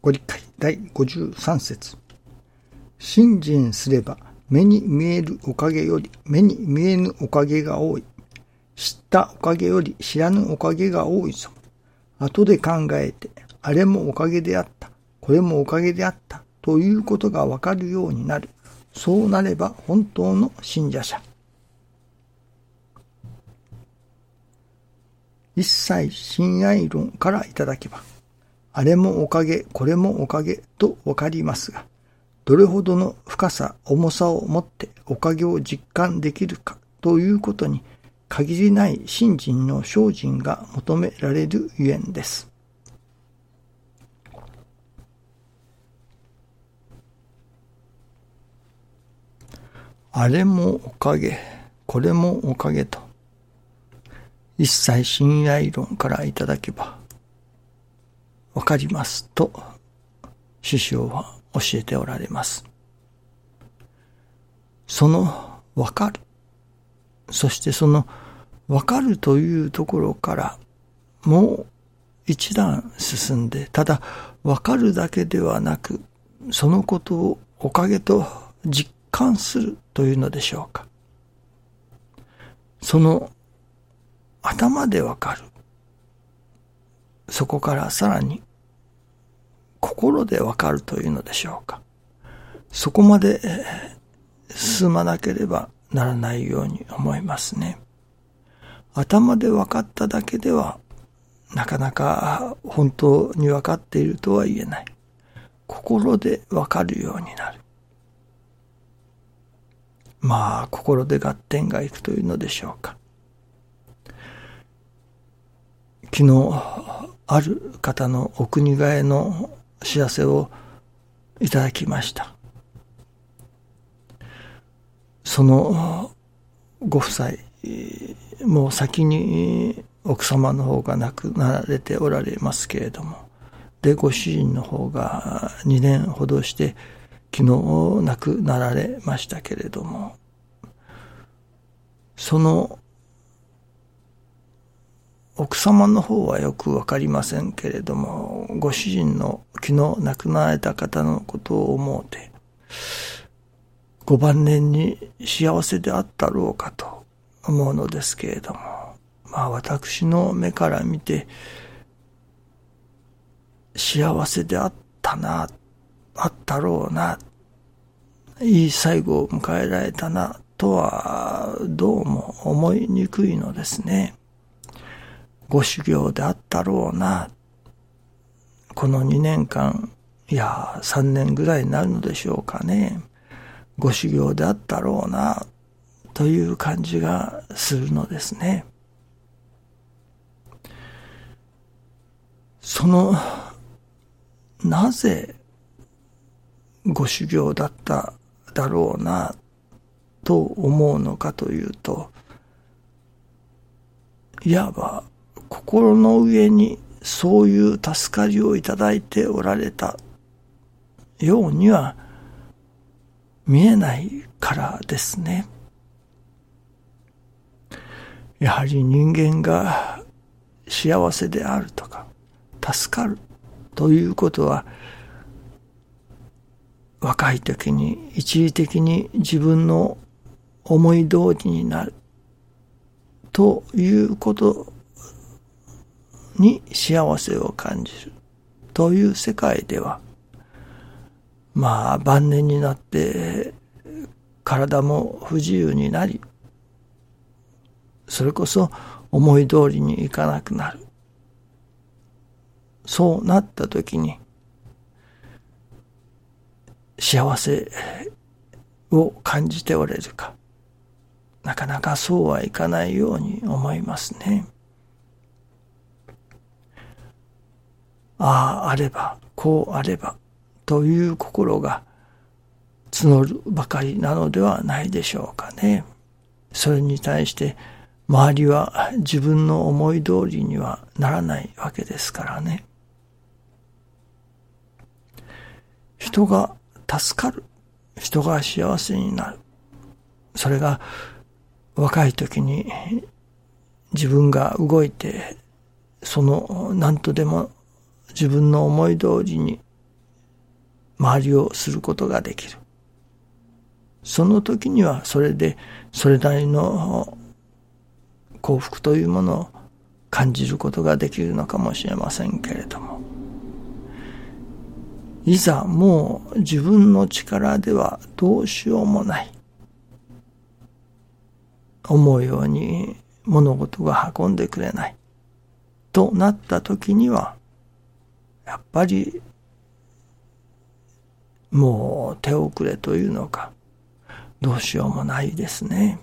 ご理解第53節。信心すれば目に見えるおかげより目に見えぬおかげが多い。知ったおかげより知らぬおかげが多いぞ。後で考えて、あれもおかげであった、これもおかげであったということがわかるようになる。そうなれば本当の信者者。一切親愛論からいただけば、あれもおかげ、これもおかげとわかりますが、どれほどの深さ、重さを持っておかげを実感できるかということに限りない信心の精進が求められるゆえんです。あれもおかげ、これもおかげと、一切親愛論からいただけばわかりますと、師匠は教えておられます。そのわかる、そしてそのわかるというところからもう一段進んで、ただわかるだけではなく、そのことをおかげと実感するというのでしょうか。その頭でわかる、そこからさらに心でわかるというのでしょうか。そこまで進まなければならないように思いますね。頭で分かっただけではなかなか本当に分かっているとは言えない。心で分かるようになる。まあ心で合点がいくというのでしょうか。昨日ある方のお国替えの知らせをいただきました。そのご夫妻、もう先に奥様の方が亡くなられておられますけれども、でご主人の方が2年ほどして昨日亡くなられましたけれども、その奥様の方はよくわかりませんけれども、ご主人の昨日亡くなられた方のことを思うて、ご晩年に幸せであったろうかと思うのですけれども、まあ私の目から見て幸せであったな、あったろうな、いい最後を迎えられたなとはどうも思いにくいのですね。ご修行であったろうな、この2年間、いや3年ぐらいになるのでしょうかね。ご修行であったろうなという感じがするのですね。そのなぜご修行だっただろうなと思うのかというと、いわば心の上にそういう助かりをいただいておられたようには見えないからですね。やはり人間が幸せであるとか助かるということは、若い時に一時的に自分の思い通りになるということに幸せを感じるという世界では、まあ晩年になって体も不自由になり、それこそ思い通りにいかなくなる。そうなった時に幸せを感じておれるか、なかなかそうはいかないように思いますね。あああればこうあればという心が募るばかりなのではないでしょうかね。それに対して周りは自分の思い通りにはならないわけですからね。人が助かる、人が幸せになる、それが若い時に自分が動いて、その何とでも自分の思い通りに回りをすることができる。その時にはそれでそれなりの幸福というものを感じることができるのかもしれませんけれども、いざもう自分の力ではどうしようもない、思うように物事が運んでくれないとなった時には、やっぱりもう手遅れというのか、どうしようもないですね。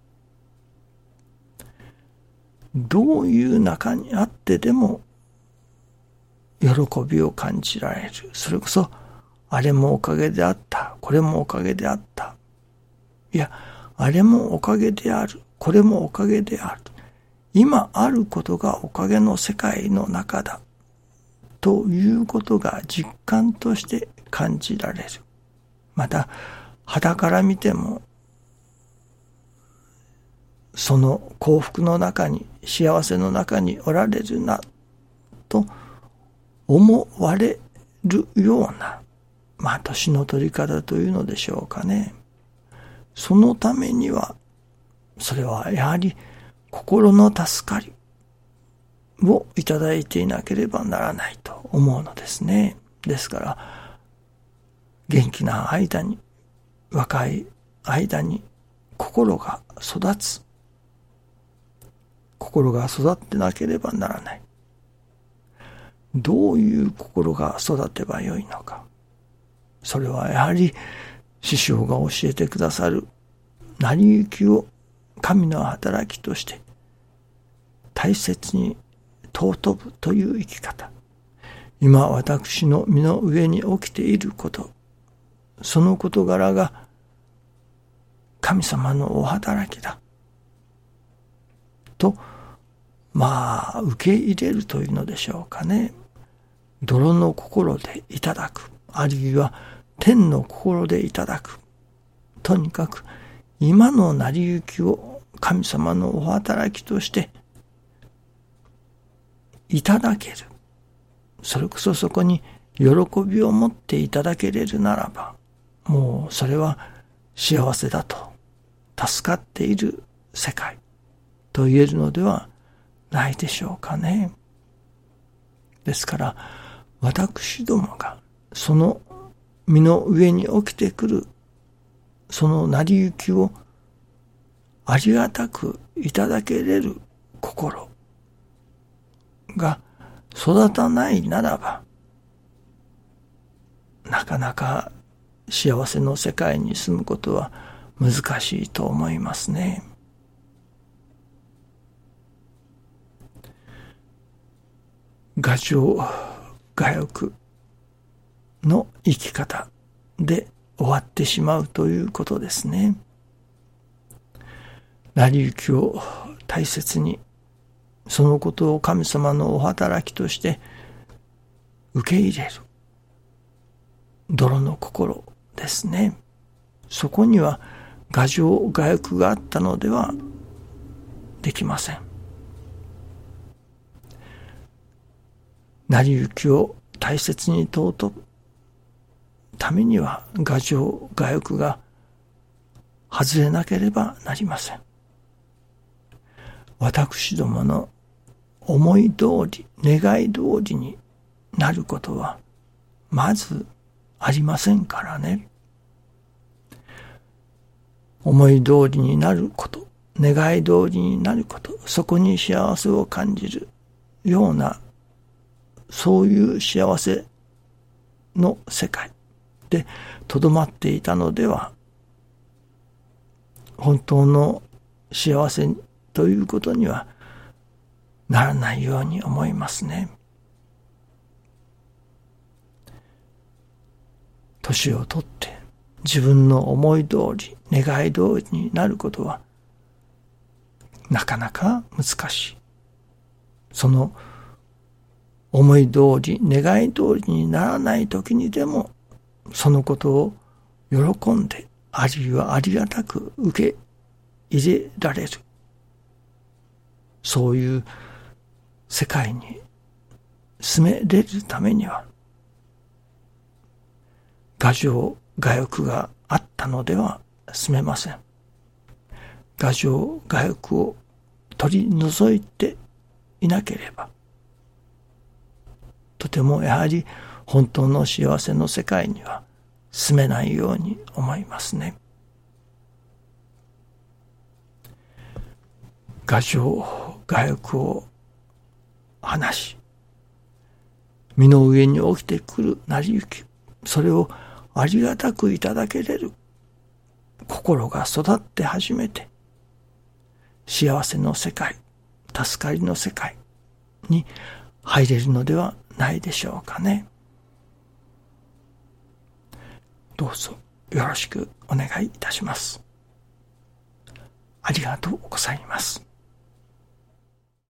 どういう中にあってでも喜びを感じられる。それこそあれもおかげであった、これもおかげであった。いや、あれもおかげである、これもおかげである。今あることがおかげの世界の中だということが実感として感じられる。また傍から見てもその幸福の中に、幸せの中におられるなと思われるような、年の取り方というのでしょうかね。そのためには、それはやはり心の助かりをいただいていなければならないと思うのですね。ですから、元気な間に、若い間に心が育つ。心が育ってなければならない。どういう心が育てばよいのか。それはやはり師匠が教えてくださる成り行きを神の働きとして大切に尊ぶという生き方。今私の身の上に起きていること、その事柄が神様のお働きだと受け入れるというのでしょうかね。泥の心でいただく、あるいは天の心でいただく。とにかく今の成り行きを神様のお働きとしていただける。それこそそこに喜びを持っていただけれるならば、もうそれは幸せだと、助かっている世界と言えるのではないでしょうかね。ですから私どもがその身の上に起きてくるその成り行きをありがたくいただけれる心が育たないならば、なかなか幸せの世界に住むことは難しいと思いますね。我情我欲の生き方で終わってしまうということですね。成り行きを大切に、そのことを神様のお働きとして受け入れる泥の心ですね。そこには我情我欲があったのではできません。成り行きを大切に尊ぶためには我情我欲が外れなければなりません。私どもの思い通り、願い通りになることはまずありませんからね。思い通りになること、願い通りになること、そこに幸せを感じるような、そういう幸せの世界でとどまっていたのでは、本当の幸せということにはならないように思いますね。年をとって自分の思い通り、願い通りになることはなかなか難しい。その思い通り、願い通りにならない時にでも、そのことを喜んで、あるいはありがたく受け入れられる。そういう世界に住めれるためには、 我情我欲があったのでは済めません。我情我欲を取り除いていなければ、とてもやはり本当の幸せの世界には住めないように思いますね。我情我欲を離し、身の上に起きてくる成り行き、それをありがたくいただけれる心が育って初めて、幸せの世界、助かりの世界に入れるのではないでしょうかね。どうぞよろしくお願いいたします。ありがとうございます。